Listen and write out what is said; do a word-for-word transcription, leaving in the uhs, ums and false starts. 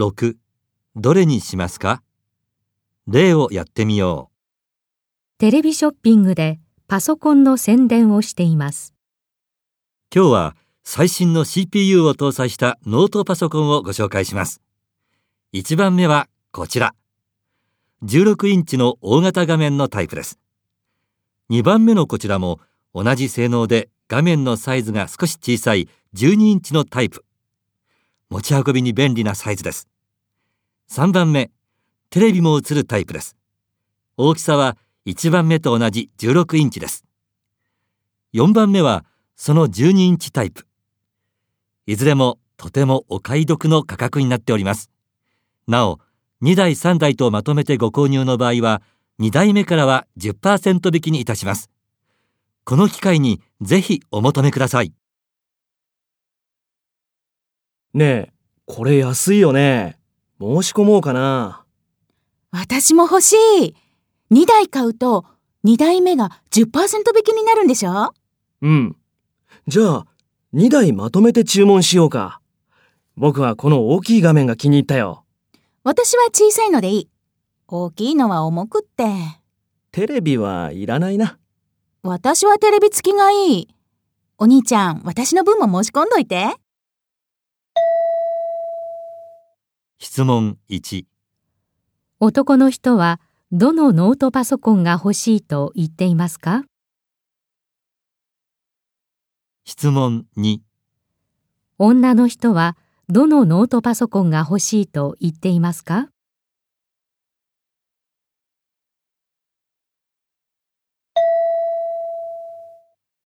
ろく、どれにしますか？例をやってみよう。 テレビショッピングでパソコンの宣伝をしています。 今日は最新の シーピーユー を搭載したノートパソコンをご紹介します。いちばんめはこちら。じゅうろくインチの大型画面のタイプです。にばんめのこちらも同じ性能で画面のサイズが少し小さいじゅうにインチのタイプ。持ち運びに便利なサイズです。さんばんめ、テレビも映るタイプです。大きさはいちばんめと同じじゅうろくインチです。よんばんめはそのじゅうにインチタイプ。いずれもとてもお買い得の価格になっております。なお、にだいさんだいとまとめてご購入の場合は、にだいめからは じゅっパーセント 引きにいたします。この機会にぜひお求めください。 ねえ、これ安いよね。申し込もうかな。 私も欲しい。にだい買うとにだいめが じゅっパーセント 引きになるんでしょ？ うん。じゃあ、にだいまとめて注文しようか。僕はこの大きい画面が気に入ったよ。 私は小さいのでいい。大きいのは重くって。 テレビはいらないな。 私はテレビ付きがいい。お兄ちゃん、私の分も申し込んどいて。 質問いち。 男の人はどのノートパソコンが欲しいと言っていますか？ 質問に。 女の人はどのノートパソコンが欲しいと言っていますか？